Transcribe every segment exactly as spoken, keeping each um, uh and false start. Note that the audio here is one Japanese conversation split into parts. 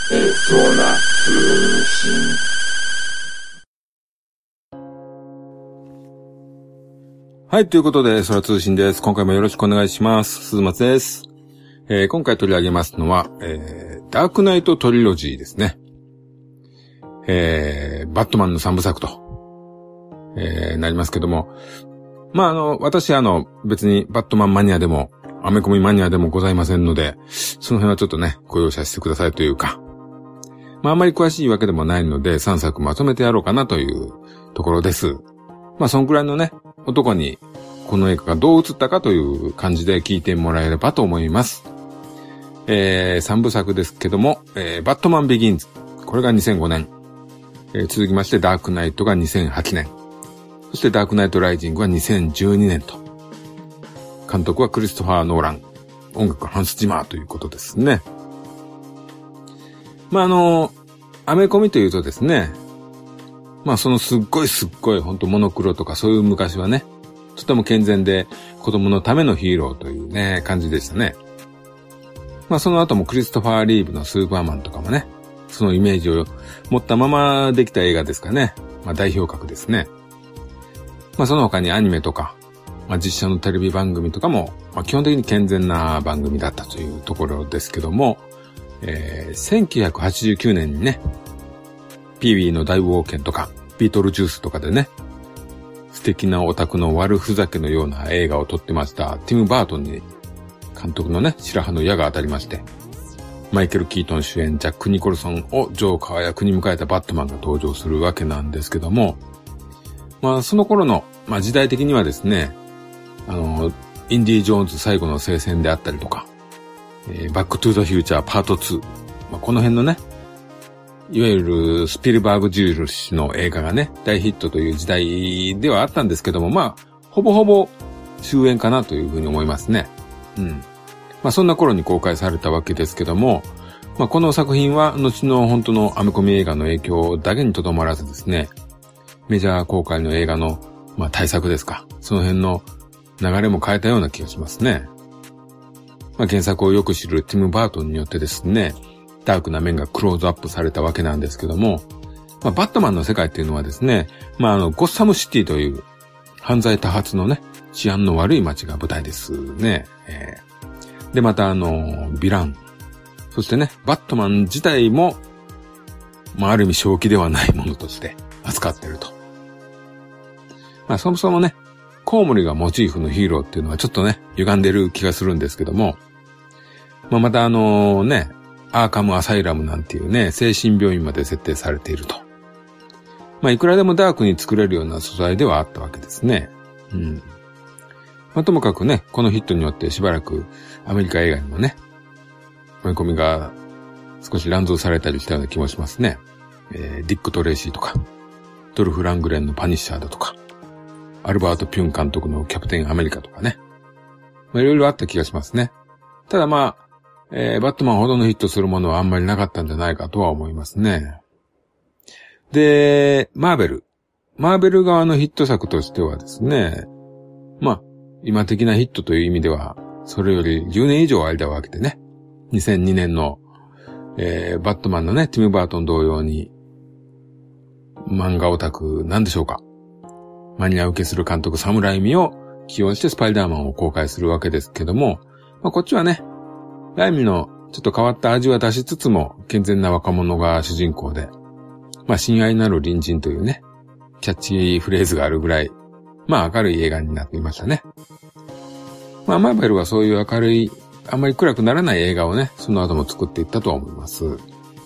通信。はい、ということで、空通信です。今回もよろしくお願いします。鈴松です。えー、今回取り上げますのは、えー、ダークナイトトリロジーですね。えー、バットマンの三部作と、えー、なりますけども、まあ、あの、私あの、別にバットマンマニアでも、アメコミマニアでもございませんので、その辺はちょっとね、ご容赦してくださいというか、まあ、あんまり詳しいわけでもないので、さんさくまとめてやろうかなというところです。まあ、そんくらいのね、男に、この映画がどう映ったかという感じで聞いてもらえればと思います。えー、三部作ですけども、えー、バットマンビギンズ。これがにせんごねん。えー、続きまして、ダークナイトがにせんはちねん。そしてダークナイトライジングはにせんじゅうにねんと。監督はクリストファー・ノーラン。音楽はハンス・ジマーということですね。まあ、あの、アメコミというとですね、まあそのすっごいすっごいほんとモノクロとかそういう昔はね、とても健全で子供のためのヒーローというね、感じでしたね。まあその後もクリストファー・リーブのスーパーマンとかもね、そのイメージを持ったままできた映画ですかね。まあ代表格ですね。まあその他にアニメとか、まあ実写のテレビ番組とかも、まあ基本的に健全な番組だったというところですけども、えー、せんきゅうひゃくはちじゅうきゅうねんにね、ピーウィーの大冒険とか、ビートルジュースとかでね、素敵なオタクの悪ふざけのような映画を撮ってましたティム・バートンに監督のね、白羽の矢が当たりまして、マイケル・キートン主演ジャック・ニコルソンをジョーカー役に迎えたバットマンが登場するわけなんですけども、まあその頃の、まあ時代的にはですね、あの、インディ・ジョーンズ最後の聖戦であったりとか、えー、バック・トゥ・ザ・フューチャーパートツー、まあ、この辺のね、いわゆるスピルバーグ印の映画がね、大ヒットという時代ではあったんですけども、まあ、ほぼほぼ終焉かなというふうに思いますね。うん。まあ、そんな頃に公開されたわけですけども、まあ、この作品は後の本当のアメコミ映画の影響だけにとどまらずですね、メジャー公開の映画の、まあ、大作ですか。その辺の流れも変えたような気がしますね。まあ、原作をよく知るティム・バートンによってですね、ダークな面がクローズアップされたわけなんですけども、まあ、バットマンの世界っていうのはですね、まあ、あの、ゴッサムシティという犯罪多発のね、治安の悪い街が舞台ですね。えー、で、またあの、ヴィラン。そしてね、バットマン自体も、まあ、ある意味正気ではないものとして扱っていると。まあ、そもそもね、コウモリがモチーフのヒーローっていうのはちょっとね、歪んでる気がするんですけども、まあ、またあのね、アーカムアサイラムなんていうね、精神病院まで設定されていると。まあ、いくらでもダークに作れるような素材ではあったわけですね。うん。まあ、ともかくね、このヒットによってしばらくアメリカ映画にもね、追い込みが少し乱造されたりしたような気もしますね。えー、ディック・トレイシーとか、ドルフ・ラングレンのパニッシャーだとか、アルバート・ピュン監督のキャプテン・アメリカとかね。まあ、いろいろあった気がしますね。ただまあ、えー、バットマンほどのヒットするものはあんまりなかったんじゃないかとは思いますね。で、マーベル。マーベル側のヒット作としてはですね、まあ、今的なヒットという意味では、それよりじゅうねん以上間を空けてね、にせんにねんの、えー、バットマンのね、ティム・バートン同様に、漫画オタクなんでしょうか。マニア受けする監督サムライミを起用してスパイダーマンを公開するわけですけども、まあ、こっちはね、ライミのちょっと変わった味は出しつつも、健全な若者が主人公で、まあ、親愛なる隣人というね、キャッチフレーズがあるぐらい、まあ明るい映画になっていましたね。まあ、マーベルはそういう明るい、あんまり暗くならない映画をね、その後も作っていったとは思います。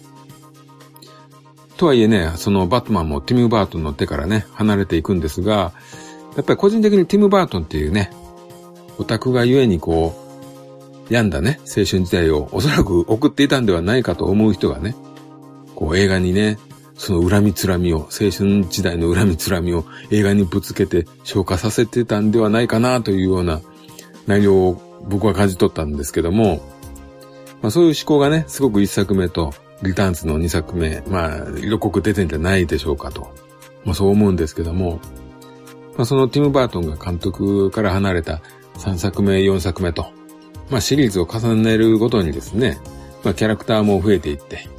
とはいえね、そのバットマンもティム・バートンの手からね、離れていくんですが、やっぱり個人的にティム・バートンっていうね、オタクがゆえにこう、病んだね、青春時代をおそらく送っていたんではないかと思う人がね、こう映画にね、その恨みつらみを、青春時代の恨みつらみを映画にぶつけて消化させてたんではないかなというような内容を僕は感じ取ったんですけども、まあそういう思考がね、すごく一作目とリターンズの二作目、まあ色濃く出てんじゃないでしょうかと、まあそう思うんですけども、まあそのティム・バートンが監督から離れた三作目、四作目と、まあシリーズを重ねるごとにですね、まあキャラクターも増えていって、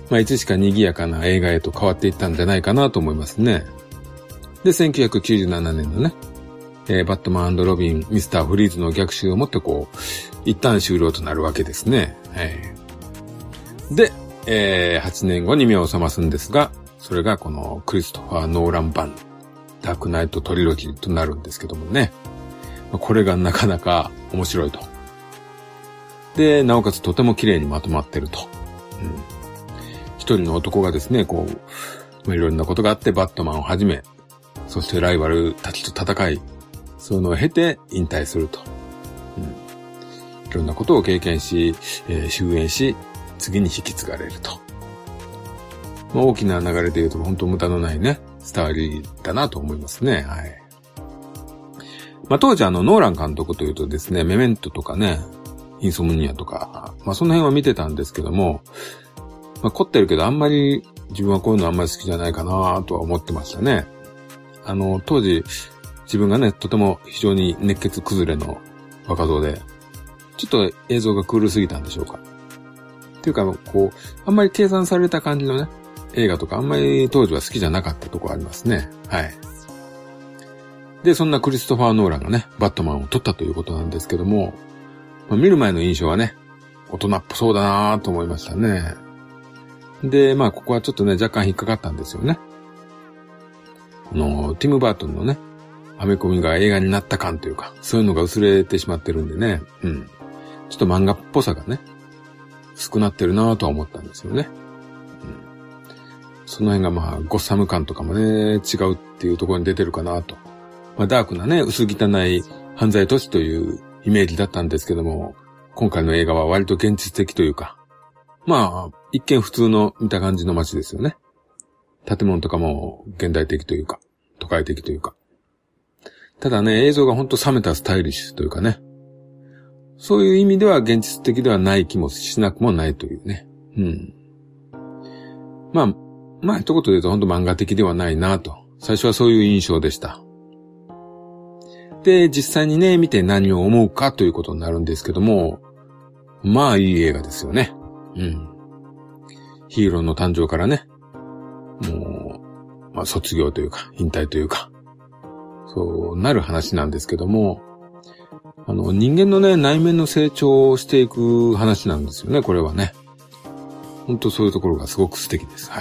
まあ、いつしか賑やかな映画へと変わっていったんじゃないかなと思いますね。で、せんきゅうひゃくきゅうじゅうななねんのね、えー、バットマン&ロビン、ミスター・フリーズの逆襲をもってこう、一旦終了となるわけですね。はい、で、えー、はちねんごに目を覚ますんですが、それがこのクリストファー・ノーラン版、ダークナイトトリロジーとなるんですけどもね。これがなかなか面白いと。で、なおかつとても綺麗にまとまってると。うん、一人の男がですね、こう、いろんなことがあってバットマンをはじめ、そしてライバルたちと戦い、そういうのを経て引退すると。うん、いろんなことを経験し、えー、終焉し、次に引き継がれると。まあ、大きな流れで言うと本当無駄のないね、ストーリーだなと思いますね。はい。まあ、当時あの、ノーラン監督というとですね、メメントとかね、インソムニアとか、まあ、その辺は見てたんですけども、まあ、凝ってるけどあんまり、自分はこういうのあんまり好きじゃないかなとは思ってましたね。あの、当時、自分がね、とても非常に熱血崩れの若造で、ちょっと映像がクールすぎたんでしょうか。っていうか、こう、あんまり計算された感じのね、映画とかあんまり当時は好きじゃなかったところありますね。はい。で、そんなクリストファー・ノーランがね、バットマンを撮ったということなんですけども、まあ、見る前の印象はね、大人っぽそうだなと思いましたね。で、まあ、ここはちょっとね、若干引っかかったんですよね。あの、ティム・バートンのね、アメコミが映画になった感というか、そういうのが薄れてしまってるんでね、うん。ちょっと漫画っぽさがね、薄くなってるなぁとは思ったんですよね。うん、その辺がまあ、ゴッサム感とかもね、違うっていうところに出てるかなと。まあ、ダークなね、薄汚い犯罪都市というイメージだったんですけども、今回の映画は割と現実的というか、まあ、一見普通の見た感じの街ですよね。建物とかも現代的というか、都会的というか。ただね、映像がほんと冷めたスタイリッシュというかね。そういう意味では現実的ではない気もしなくもないというね。うん。まあ、まあ一言で言うとほんと漫画的ではないなと。最初はそういう印象でした。で、実際にね、見て何を思うかということになるんですけども、まあいい映画ですよね。うん。ヒーローの誕生からね、もう、まあ卒業というか、引退というか、そうなる話なんですけども、あの、人間のね、内面の成長をしていく話なんですよね、これはね。本当そういうところがすごく素敵です。はい。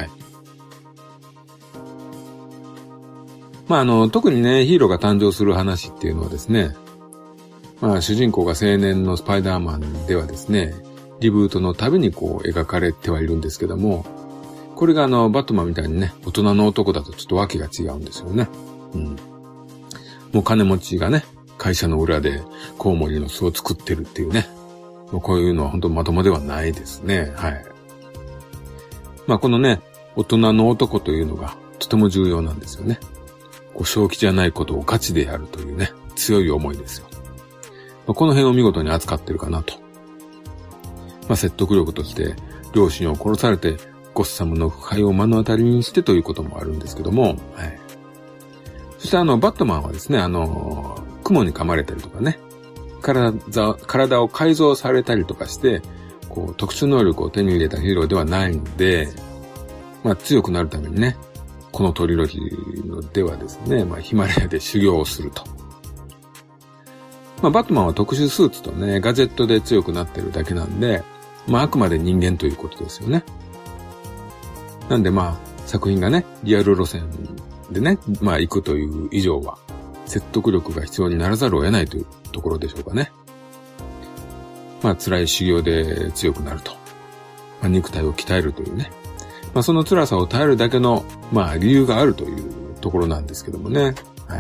まあ、あの、特にね、ヒーローが誕生する話っていうのはですね、まあ、主人公が青年のスパイダーマンではですね、リブートのたびにこう描かれてはいるんですけども、これがあの、バットマンみたいにね、大人の男だとちょっとわけが違うんですよね。うん。もう金持ちがね、会社の裏でコウモリの巣を作ってるっていうね。もうこういうのは本当まともではないですね。はい。まあこのね、大人の男というのがとても重要なんですよね。こう正気じゃないことをガチでやるというね、強い思いですよ。まあ、この辺を見事に扱ってるかなと。まあ説得力として両親を殺されてゴッサムの腐敗を目の当たりにしてということもあるんですけども、はい。そしてあの、バットマンはですね、あの、雲に噛まれたりとかね、体、体を改造されたりとかして、こう、特殊能力を手に入れたヒーローではないので、まあ強くなるためにね、このトリロジーではですね、まあヒマラヤで修行をすると。まあバットマンは特殊スーツとね、ガジェットで強くなってるだけなんで、まああくまで人間ということですよね。なんでまあ作品がね、リアル路線でね、まあ行くという以上は、説得力が必要にならざるを得ないというところでしょうかね。まあ辛い修行で強くなると。まあ肉体を鍛えるというね。まあその辛さを耐えるだけの、まあ理由があるというところなんですけどもね。はい。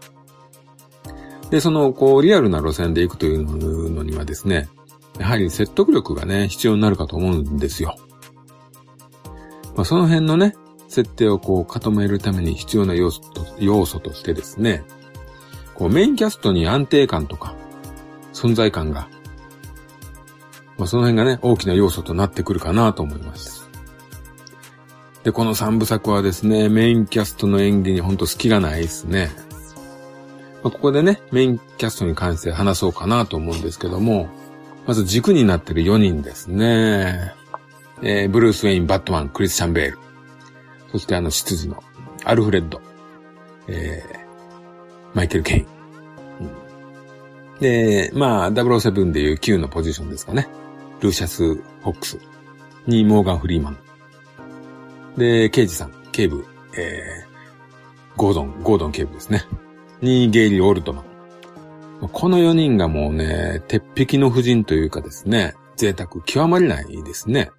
で、そのこうリアルな路線で行くというのにはですね、やはり説得力がね、必要になるかと思うんですよ。まあその辺のね、設定をこう固めるために必要な要素と、要素としてですね、こうメインキャストに安定感とか存在感が、まあその辺がね、大きな要素となってくるかなと思います。で、この三部作はですね、メインキャストの演技にほんと隙がないですね。まあ、ここでね、メインキャストに関して話そうかなと思うんですけども、まず軸になってるよにんですね。 えー、ブルース・ウェイン、バットマン、クリスチャン・ベール。そしてあの、執事のアルフレッド、えー、マイケル・ケイン。うん、で、まあ、ダブルオーセブンでいう Q のポジションですかね。ルーシャス・フォックスにモーガン・フリーマン。で、刑事さん、警部、えー、ゴードン、ゴードン警部ですね。にゲイリー・オールトマン。このよにんがもうね、鉄壁の布陣というかですね、贅沢極まりないですね。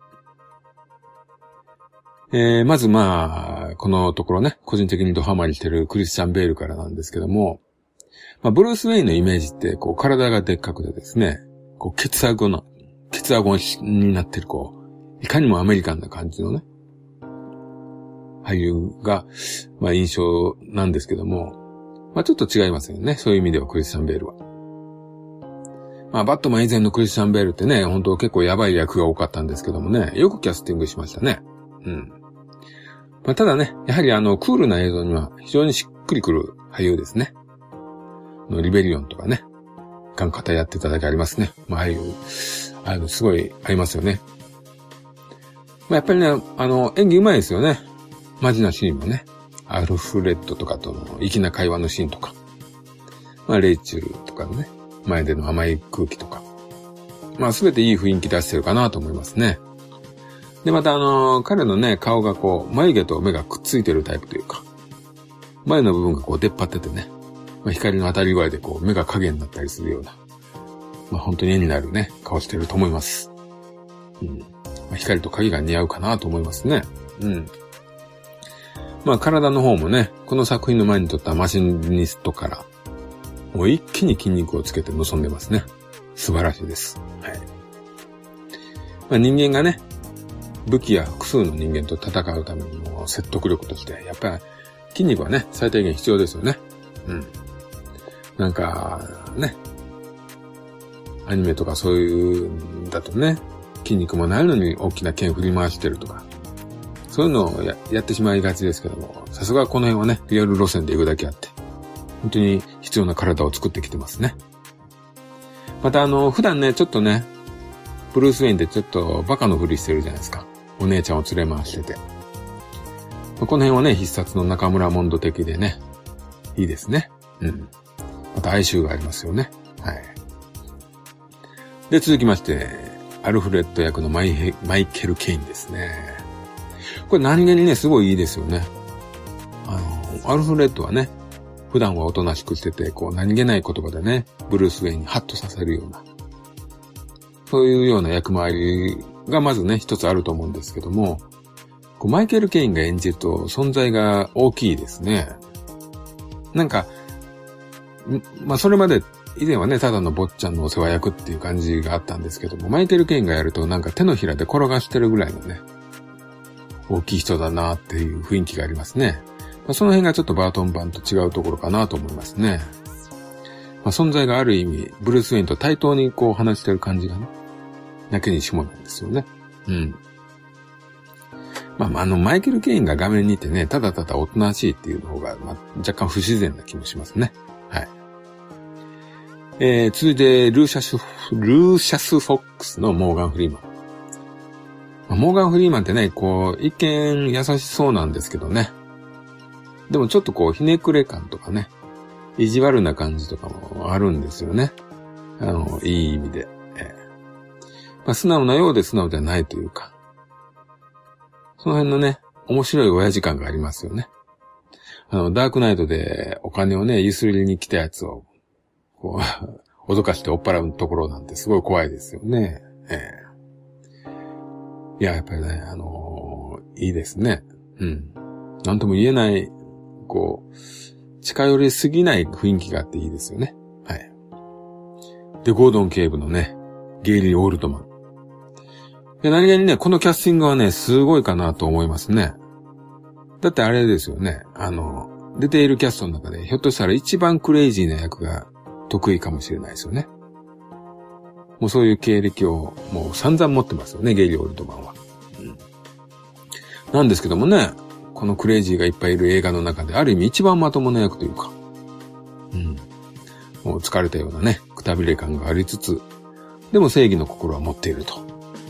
えー、まずまあ、このところね、個人的にドハマりしてるクリスチャン・ベールからなんですけども、まあ、ブルース・ウェインのイメージって、こう、体がでっかくてですね、こう、ケツアゴな、ケツアゴになってる、こう、いかにもアメリカンな感じのね、俳優が、まあ、印象なんですけども、まあ、ちょっと違いますよね、そういう意味ではクリスチャン・ベールは。まあ、バットマン以前のクリスチャン・ベールってね、本当結構やばい役が多かったんですけどもね、よくキャスティングしましたね。うん。まあ、ただね、やはりあの、クールな映像には非常にしっくりくる俳優ですね。のリベリオンとかね、ガンカタやってただけありますね。まあ、ああいう、ああいうのすごいありますよね。まあ、やっぱりね、あの、演技うまいですよね。マジなシーンもね。アルフレッドとかとの粋な会話のシーンとか。まあ、レイチェルとかのね、前での甘い空気とか。まあ、すべていい雰囲気出してるかなと思いますね。で、またあのー、彼のね、顔がこう、眉毛と目がくっついてるタイプというか、眉の部分がこう出っ張っててね、まあ、光の当たり具合でこう、目が影になったりするような、まあ、本当に絵になるね、顔してると思います。うん。まあ、光と影が似合うかなと思いますね。うん。まあ、体の方もね、この作品の前に撮ったマシニストから、もう一気に筋肉をつけて結んでますね。素晴らしいです。はい。まあ、人間がね、武器や複数の人間と戦うためにも説得力として、やっぱり筋肉はね、最低限必要ですよね。うん。なんか、ね、アニメとかそういうんだとね、筋肉もないのに大きな剣振り回してるとか、そういうのを や, やってしまいがちですけども、さすがこの辺はね、リアル路線で行くだけあって、本当に必要な体を作ってきてますね。またあの、普段ね、ちょっとね、ブルース・ウェインでちょっとバカのふりしてるじゃないですか。お姉ちゃんを連れ回してて。この辺はね、必殺の中村モンド的でね、いいですね。うん。また哀愁がありますよね。はい。で、続きまして、アルフレッド役のマイヘ、マイケル・ケインですね。これ何気にね、すごいいいですよね。あの、アルフレッドはね、普段はおとなしくしてて、こう何気ない言葉でね、ブルース・ウェインにハッとさせるような、そういうような役回りがまずね、一つあると思うんですけども、こうマイケル・ケインが演じると存在が大きいですね。なんか、まあそれまで以前はね、ただの坊ちゃんのお世話役っていう感じがあったんですけども、マイケル・ケインがやるとなんか手のひらで転がしてるぐらいのね、大きい人だなっていう雰囲気がありますね。まあ、その辺がちょっとバートン版と違うところかなと思いますね。まあ、存在がある意味、ブルース・ウェインと対等にこう話してる感じがね、なけにしもなんですよね。うん。まあ、あの、マイケル・ケインが画面にいてね、ただただおとなしいっていう方が、まあ、若干不自然な気もしますね。はい。えー、続いて、ルーシャス、ルーシャス・フォックスのモーガン・フリーマン。まあ、モーガン・フリーマンってね、こう、一見優しそうなんですけどね。でもちょっとこう、ひねくれ感とかね、意地悪な感じとかもあるんですよね。あの、いい意味で。まあ、素直なようで素直ではないというか、その辺のね、面白い親父感がありますよね。あの、ダークナイトでお金をね、ゆすりに来たやつを、こう、脅かして追っ払うところなんてすごい怖いですよね。ええ、いや、やっぱりね、あのー、いいですね。うん。なんとも言えない、こう、近寄りすぎない雰囲気があっていいですよね。はい。で、ゴードン警部のね、ゲイリー・オールトマン。いや、何気にね、このキャスティングはね、すごいかなと思いますね。だってあれですよね。あの、出ているキャストの中で、ひょっとしたら一番クレイジーな役が得意かもしれないですよね。もうそういう経歴をもう散々持ってますよね、ゲイリー・オールトマンは。うん。なんですけどもね、このクレイジーがいっぱいいる映画の中で、ある意味一番まともな役というか、うん。もう疲れたようなね、くたびれ感がありつつ、でも正義の心は持っていると。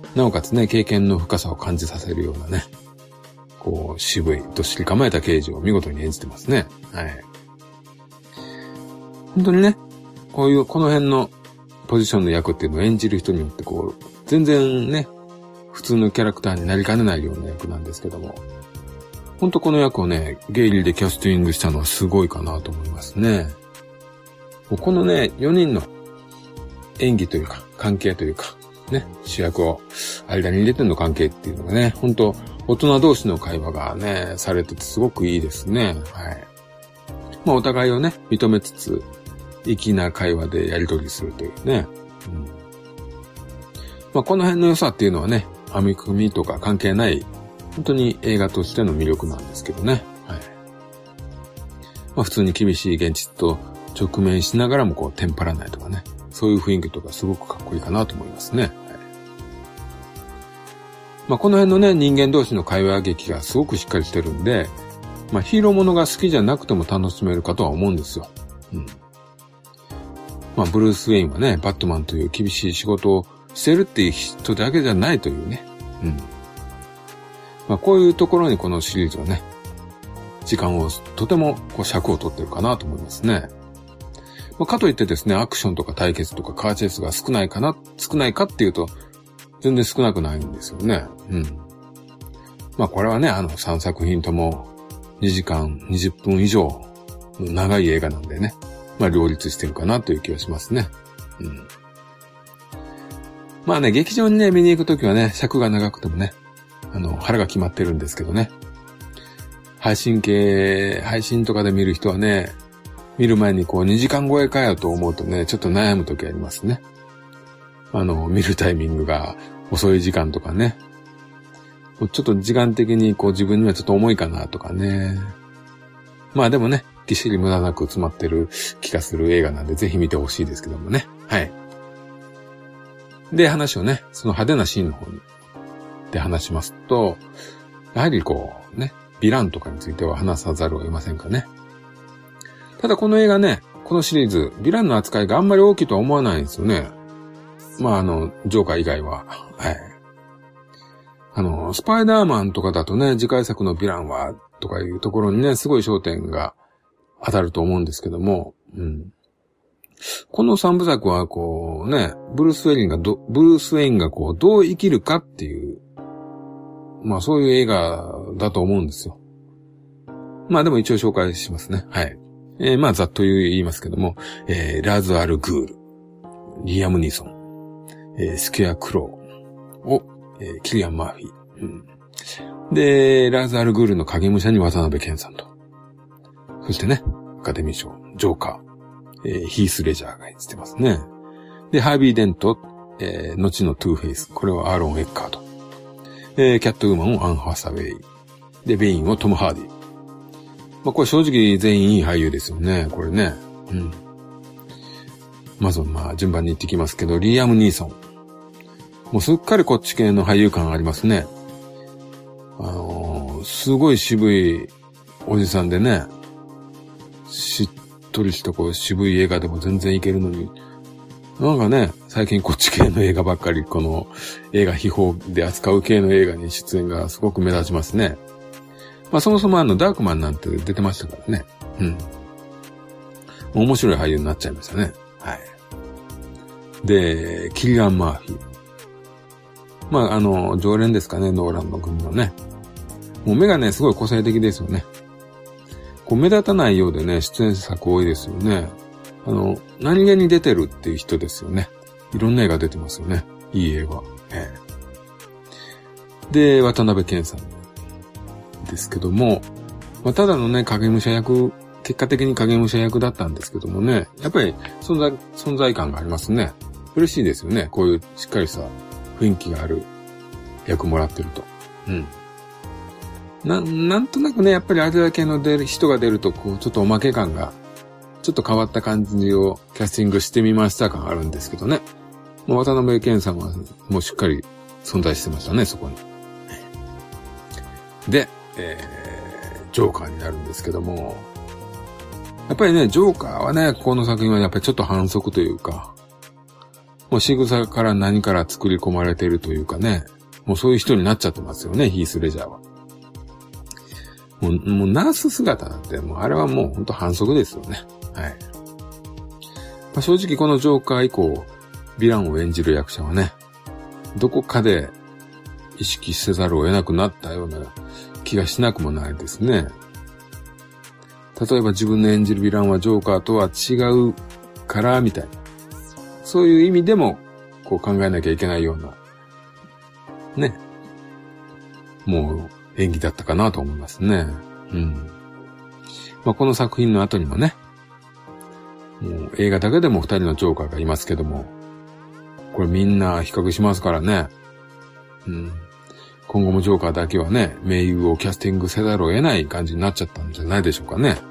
なおかつね、経験の深さを感じさせるようなね、こう、渋い、どっしり構えた刑事を見事に演じてますね。はい。本当にね、こういう、この辺のポジションの役っていうのを演じる人によってこう、全然ね、普通のキャラクターになりかねないような役なんですけども、本当この役をね、ゲイリーでキャスティングしたのはすごいかなと思いますね。このね、よにんの演技というか、関係というか、ね、主役を間に入れての関係っていうのがね、本当大人同士の会話がね、されててすごくいいですね。はい。まあお互いをね、認めつつ、粋な会話でやり取りするというね。うん、まあこの辺の良さっていうのはね、編み組みとか関係ない、本当に映画としての魅力なんですけどね。はい。まあ普通に厳しい現実と直面しながらもこうテンパらないとかね。そういう雰囲気とかすごくかっこいいかなと思いますね。はい、まあこの辺のね、人間同士の会話劇がすごくしっかりしてるんで、まあヒーローものが好きじゃなくても楽しめるかとは思うんですよ。うん。まあブルース・ウェインはね、バットマンという厳しい仕事をしてるっていう人だけじゃないというね。うん。まあこういうところにこのシリーズはね、時間をとてもこう尺を取ってるかなと思いますね。まあ、かといってですね、アクションとか対決とかカーチェイスが少ないかな、少ないかっていうと、全然少なくないんですよね。うん。まあこれはね、あのさんさく品ともにじかんにじゅっぷん以上の長い映画なんでね、まあ両立してるかなという気がしますね。うん。まあね、劇場にね、見に行くときはね、尺が長くてもね、あの、腹が決まってるんですけどね。配信系、配信とかで見る人はね、見る前にこうにじかん超えかよと思うとね、ちょっと悩むときありますね。あの、見るタイミングが遅い時間とかね。ちょっと時間的にこう自分にはちょっと重いかなとかね。まあでもね、ぎっしり無駄なく詰まってる気がする映画なんでぜひ見てほしいですけどもね。はい。で、話をね、その派手なシーンの方に、で話しますと、やはりこうね、ヴィランとかについては話さざるを得ませんかね。ただこの映画ね、このシリーズ、ヴィランの扱いがあんまり大きいとは思わないんですよね。まああの、ジョーカー以外は。はい。あの、スパイダーマンとかだとね、次回作のヴィランは、とかいうところにね、すごい焦点が当たると思うんですけども、うん。この三部作はこうね、ブルース・ウェインがど、ブルース・ウェインがこう、どう生きるかっていう、まあそういう映画だと思うんですよ。まあでも一応紹介しますね。はい。えー、まあざっと言いますけども、えー、ラーズ・アル・グール、リアム・ニーソン、えー、スケア・クローを、えー、キリアン・マーフィー、うん。で、ラーズ・アル・グールの影武者に渡辺謙さんと。そしてね、アカデミー賞、ジョーカー、えー、ヒース・レジャーが演じてますね。で、ハービー・デント、えー、後のトゥーフェイス、これはアーロン・エッカート。えー、キャットウーマンをアン・ハサウェイ。で、ベインをトム・ハーディ。まあ、これ正直全員いい俳優ですよね、これね。うん。まずまあ順番に言ってきますけど、リアム・ニーソン。もうすっかりこっち系の俳優感ありますね。あのー、すごい渋いおじさんでね、しっとりしたこう渋い映画でも全然いけるのに、なんかね、最近こっち系の映画ばっかり、この映画秘宝で扱う系の映画に出演がすごく目立ちますね。まあそもそもあのダークマンなんて出てましたからね。うん。面白い俳優になっちゃいましたね。はい。で、キリラン・マーフィー。まああの、常連ですかね、ノーランの組のね。もう目がね、すごい個性的ですよね。こう目立たないようでね、出演作多いですよね。あの、何気に出てるっていう人ですよね。いろんな映画出てますよね。いい映画。ええ、で、渡辺謙さんですけども、まあ、ただのね、影武者役、結果的に影武者役だったんですけどもね、やっぱり存在、存在感がありますね。嬉しいですよね。こういうしっかりした雰囲気がある役もらってると。うん。な、なんとなくね、やっぱりあれだけの出る人が出ると、こう、ちょっとおまけ感が、ちょっと変わった感じをキャスティングしてみました感あるんですけどね。もう渡辺謙さんはもうしっかり存在してましたね、そこに。で、えー、ジョーカーになるんですけども、やっぱりね、ジョーカーはね、この作品はやっぱりちょっと反則というか、 もう仕草から何から作り込まれているというかね、もうそういう人になっちゃってますよね、ヒース・レジャーは。もう、もうナース姿なんて、もうあれはもう本当反則ですよね。はい。まあ、正直このジョーカー以降、ヴィランを演じる役者はね、どこかで意識せざるを得なくなったような気がしなくもないですね。例えば自分の演じるヴィランはジョーカーとは違うから、みたいな。そういう意味でも、こう考えなきゃいけないような、ね。もう演技だったかなと思いますね。うん。まあ、この作品の後にもね、もう映画だけでも二人のジョーカーがいますけども、これみんな比較しますからね。うん。今後もジョーカーだけはね、名優をキャスティングせざるを得ない感じになっちゃったんじゃないでしょうかね。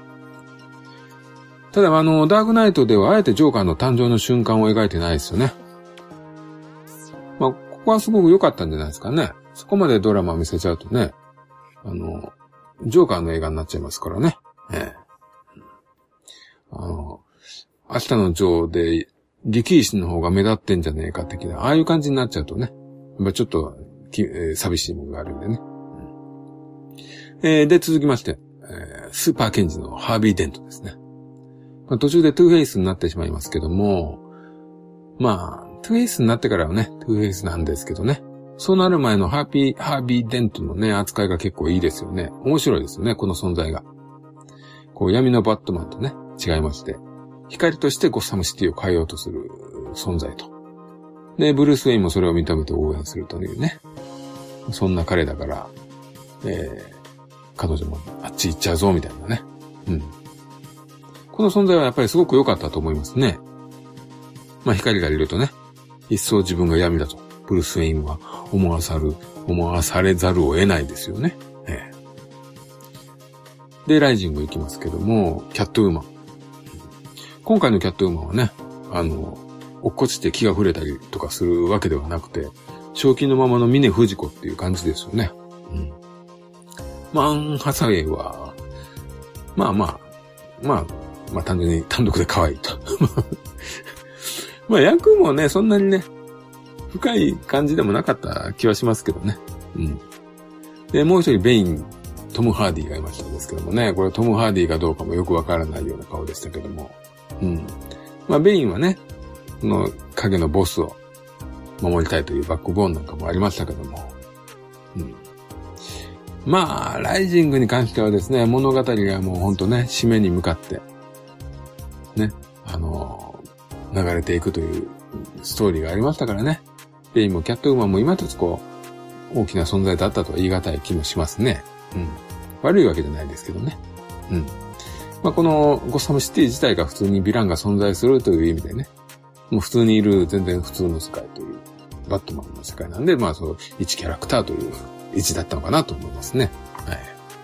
ただあの、ダークナイトではあえてジョーカーの誕生の瞬間を描いてないですよね。まあ、ここはすごく良かったんじゃないですかね。そこまでドラマを見せちゃうとね、あの、ジョーカーの映画になっちゃいますからね。ええ。あの、明日のジョーで力士の方が目立ってんじゃねえか的な、ああいう感じになっちゃうとね、やっぱちょっとき、えー、寂しいものがあるんでね。うん、えー、で、続きまして、えー、スーパーケンジのハービー・デントですね。まあ、途中でトゥーフェイスになってしまいますけども、まあ、トゥーフェイスになってからはね、トゥーフェイスなんですけどね。そうなる前のハーピー、ハービー・デントのね、扱いが結構いいですよね。面白いですよね、この存在が。こう、闇のバットマンとね、違いまして、光としてゴッサムシティを変えようとする存在と。で、ブルース・ウェインもそれを認めて応援するというね。そんな彼だから、えー、彼女もあっち行っちゃうぞ、みたいなね。うん。この存在はやっぱりすごく良かったと思いますね。まあ、光がいるとね、一層自分が闇だと、ブルース・ウェインは思わさる、思わされざるを得ないですよね。えー、で、ライジング行きますけども、キャットウーマン。今回のキャットウーマンはね、あの、落っこちて気が触れたりとかするわけではなくて、正気のままの峰不二子っていう感じですよね。うん。まあ、アン・ハサウェイは、まあまあ、まあ、まあ単純に単独で可愛いと。まあ役もね、そんなにね、深い感じでもなかった気はしますけどね。うん。で、もう一人ベイン、トム・ハーディがいましたんですけどもね、これトム・ハーディがどうかもよくわからないような顔でしたけども。うん。まあベインはね、この影のボスを守りたいというバックボーンなんかもありましたけども。うん。まあ、ライジングに関してはですね、物語がもうほんとね、締めに向かって、ね、あのー、流れていくというストーリーがありましたからね。ベインもキャットウーマンも今一つこう、大きな存在だったとは言い難い気もしますね。うん。悪いわけじゃないですけどね。うん。まあ、このゴッサムシティ自体が普通にヴィランが存在するという意味でね、もう普通にいる全然普通の世界という、バットマンの世界なんで、まあそう、一キャラクターという位置だったのかなと思いますね。はい。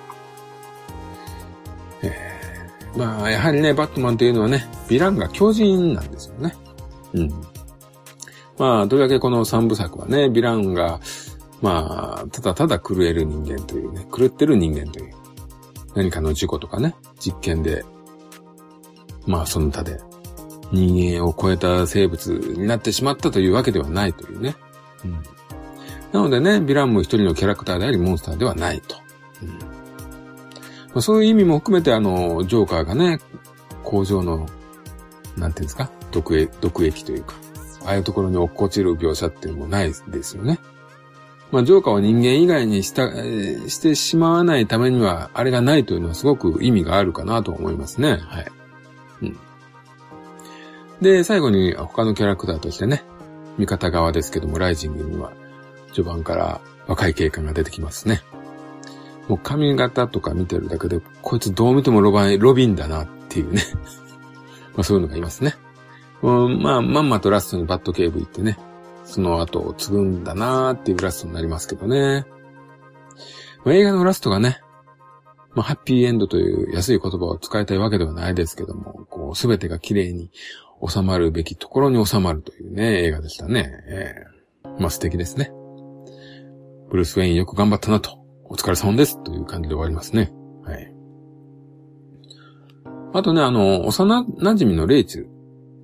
えー、まあ、やはりね、バットマンというのはね、ヴィランが強靭なんですよね。うん。まあ、とりわけこの三部作はね、ヴィランが、まあ、ただただ狂える人間というね、狂ってる人間という、何かの事故とかね、実験で、まあ、その他で、人間を超えた生物になってしまったというわけではないというね。うん、なのでね、ヴィランも一人のキャラクターであり、モンスターではないと。うんまあ、そういう意味も含めて、あの、ジョーカーがね、工場の、なんていうんですか、毒液、毒液というか、ああいうところに落っこちる描写っていうのもないですよね。まあ、ジョーカーは人間以外にした、してしまわないためには、あれがないというのはすごく意味があるかなと思いますね。はい。うん。で、最後に他のキャラクターとしてね、味方側ですけども、ライジングには、序盤から若い警官が出てきますね。もう髪型とか見てるだけで、こいつどう見てもロバン、ロビンだなっていうね。まあそういうのがいますね。うん、まあ、まんまとラストにバット警部行ってね、その後を継ぐんだなーっていうラストになりますけどね。まあ、映画のラストがね、まあ、ハッピーエンドという安い言葉を使いたいわけではないですけども、こう、すべてが綺麗に収まるべきところに収まるというね、映画でしたね。えー、まあ素敵ですね。ブルース・ウェインよく頑張ったなと、お疲れ様ですという感じで終わりますね。はい。あとね、あの、幼馴染のレイチェル。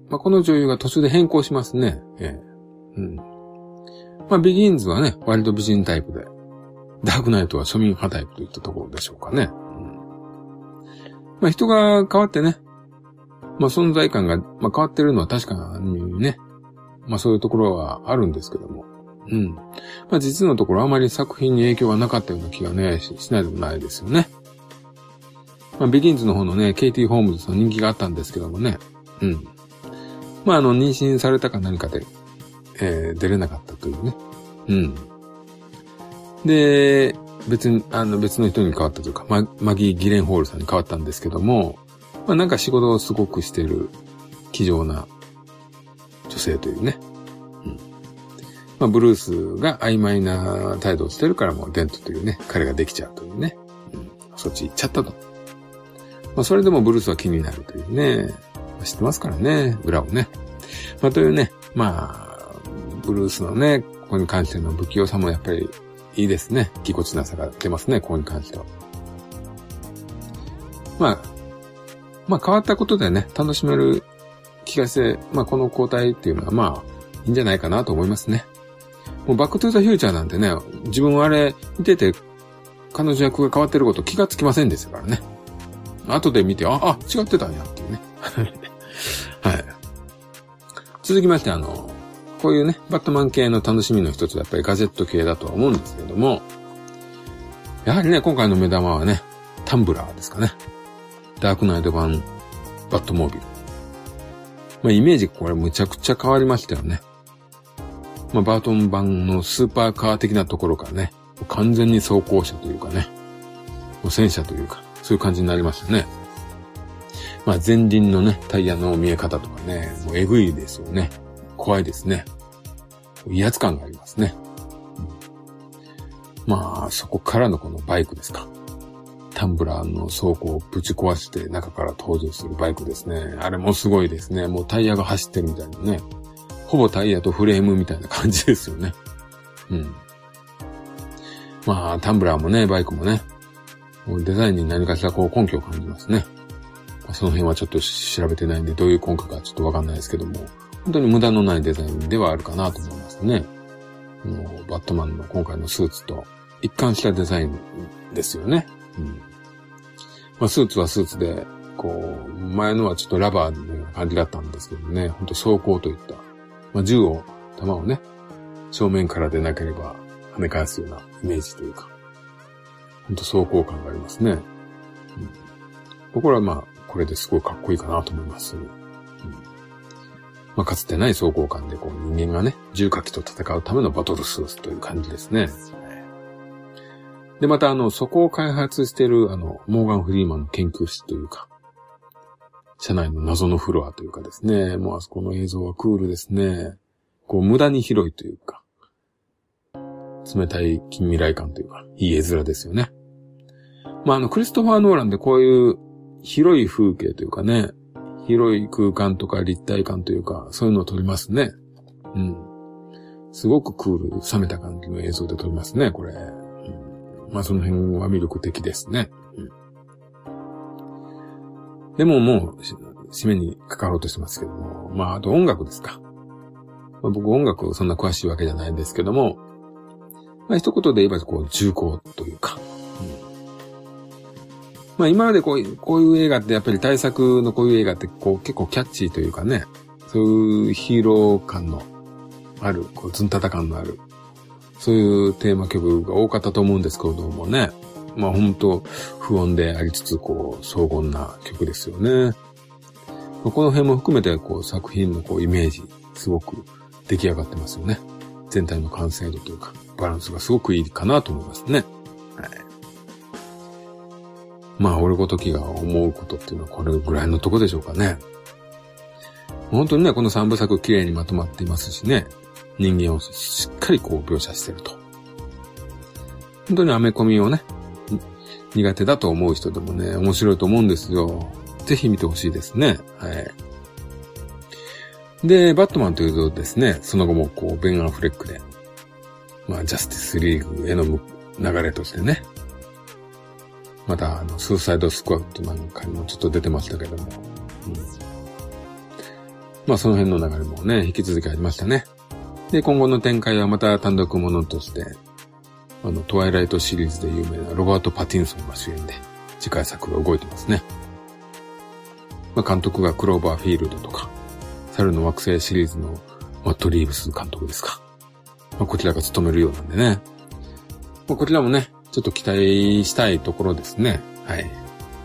まあ、この女優が途中で変更しますね。ええ。うん。まあ、ビギンズはね、割と美人タイプで、ダークナイトは庶民派タイプといったところでしょうかね。うん、まあ、人が変わってね、まあ、存在感が、まあ、変わってるのは確かにね、まあ、そういうところはあるんですけども。うん。まあ、実のところあまり作品に影響がなかったような気がね、し, しないでもないですよね。まあ、ビギンズの方のね、ケイティ・ホームズの人気があったんですけどもね。うん。まあ、あの、妊娠されたか何かで、えー、出れなかったというね。うん。で、別に、あの、別の人に変わったというか、マ, マギー・ギレンホールさんに変わったんですけども、まあ、なんか仕事をすごくしている、気丈な女性というね。うん。まあ、ブルースが曖昧な態度をしてるからもうデントというね、彼ができちゃうというね。うん。そっち行っちゃったと。まあ、それでもブルースは気になるというね。知ってますからね、裏をね。まあ、というね、まあ、ブルースのね、ここに関しての不器用さもやっぱりいいですね。ぎこちなさが出ますね、ここに関しては。まあ、まあ変わったことでね、楽しめる気がして、まあこの交代っていうのはまあ、いいんじゃないかなと思いますね。もうバックトゥーザフューチャーなんてね、自分はあれ見てて、彼女役が変わってること気がつきませんでしたからね。後で見て、あ、あ、違ってたんやっていうね。はい。続きまして、あの、こういうね、バットマン系の楽しみの一つはやっぱりガジェット系だとは思うんですけども、やはりね、今回の目玉はね、タンブラーですかね。ダークナイト版バットモービル。まあイメージこれむちゃくちゃ変わりましたよね。まあバートン版のスーパーカー的なところからね、完全に装甲車というかね、もう戦車というか、そういう感じになりましたね。まあ前輪のね、タイヤの見え方とかね、もうえぐいですよね。怖いですね。威圧感がありますね。うん、まあそこからのこのバイクですか。タンブラーの倉庫をぶち壊して中から登場するバイクですね。あれもすごいですね。もうタイヤが走ってるみたいなね。ほぼタイヤとフレームみたいな感じですよね。うん。まあタンブラーもね、バイクもね、デザインに何かしらこう根拠を感じますね。その辺はちょっと調べてないんでどういう根拠かちょっとわかんないですけども、本当に無駄のないデザインではあるかなと思いますね。もうバットマンの今回のスーツと一貫したデザインですよね。うん、まあスーツはスーツで、こう、前のはちょっとラバーのような感じだったんですけどね、本当装甲といった、まあ銃を、弾をね、正面からでなければ跳ね返すようなイメージというか、本当装甲感がありますね。うん、僕らはまあ、これですごいかっこいいかなと思います。うん、まあ、かつてない装甲感でこう人間がね、重火器と戦うためのバトルスーツという感じですね。で、またあの、そこを開発しているあの、モーガン・フリーマンの研究室というか、社内の謎のフロアというかですね、もうあそこの映像はクールですね。こう、無駄に広いというか、冷たい近未来感というか、いい絵面ですよね。まあ、あの、クリストファー・ノーランでこういう広い風景というかね、広い空間とか立体感というか、そういうのを撮りますね。うん。すごくクール、冷めた感じの映像で撮りますね、これ。うん、まあ、その辺は魅力的ですね。うん、でももう、締めにかかろうとしてますけども、まあ、あと音楽ですか。まあ、僕音楽そんな詳しいわけじゃないんですけども、まあ、一言で言えば、こう、重厚というか、まあ今までこういう、こういう映画ってやっぱり大作のこういう映画ってこう結構キャッチーというかね、そういうヒーロー感のある、こうズンタタ感のある、そういうテーマ曲が多かったと思うんですけどもね。まあ本当不穏でありつつこう荘厳な曲ですよね。この辺も含めてこう作品のこうイメージすごく出来上がってますよね。全体の完成度というかバランスがすごくいいかなと思いますね。はい。まあ、俺ごときが思うことっていうのはこれぐらいのとこでしょうかね。本当にね、この三部作綺麗にまとまっていますしね、人間をしっかりこう描写してると。本当にアメコミをね、苦手だと思う人でもね、面白いと思うんですよ。ぜひ見てほしいですね。はい。で、バットマンというとですね、その後もこう、ベン・アフレックで、まあ、ジャスティスリーグへの流れとしてね、また、あの、スーサイドスクワットなんかにもちょっと出てましたけども。うん、 まあその辺の流れもね、引き続きありましたね。で、今後の展開はまた単独ものとして、あの、トワイライトシリーズで有名なロバート・パティンソンが主演で、次回作が動いてますね。まあ監督がクローバーフィールドとか、猿の惑星シリーズのマット・リーブス監督ですか。まあこちらが務めるようなんでね。まあこちらもね、ちょっと期待したいところですね。はい。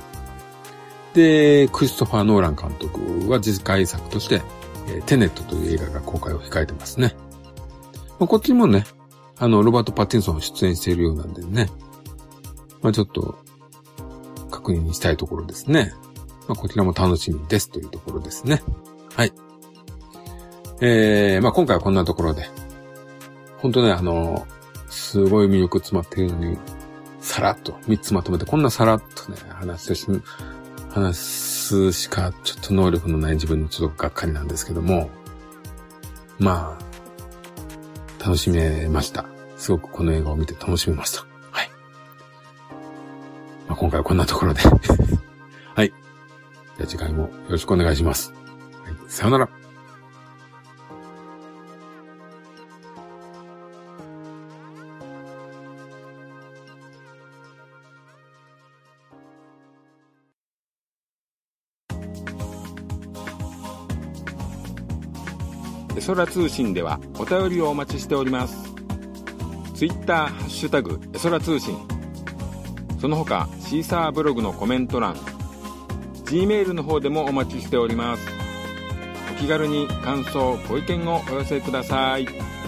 で、クリストファー・ノーラン監督は次回作として、えー、テネットという映画が公開を控えてますね。まあ、こっちもね、あの、ロバート・パティンソン出演しているようなんでね。まあちょっと、確認したいところですね。まあこちらも楽しみですというところですね。はい。えー、まあ今回はこんなところで。本当ね、あの、すごい魅力詰まっているのに、さらっとみっつまとめて、こんなさらっとね、話してし、話すしかちょっと能力のない自分にちょっとがっかりなんですけども、まあ、楽しめました。すごくこの映画を見て楽しめました。はい。まあ今回はこんなところで。はい。じゃあ次回もよろしくお願いします。はい。さよなら。 エソラ通信ではお便りをお待ちしております。ツイッターハッシュタグエソラ通信、その他シーサーブログのコメント欄、 G メールの方でもお待ちしております。お気軽に感想ご意見をお寄せください。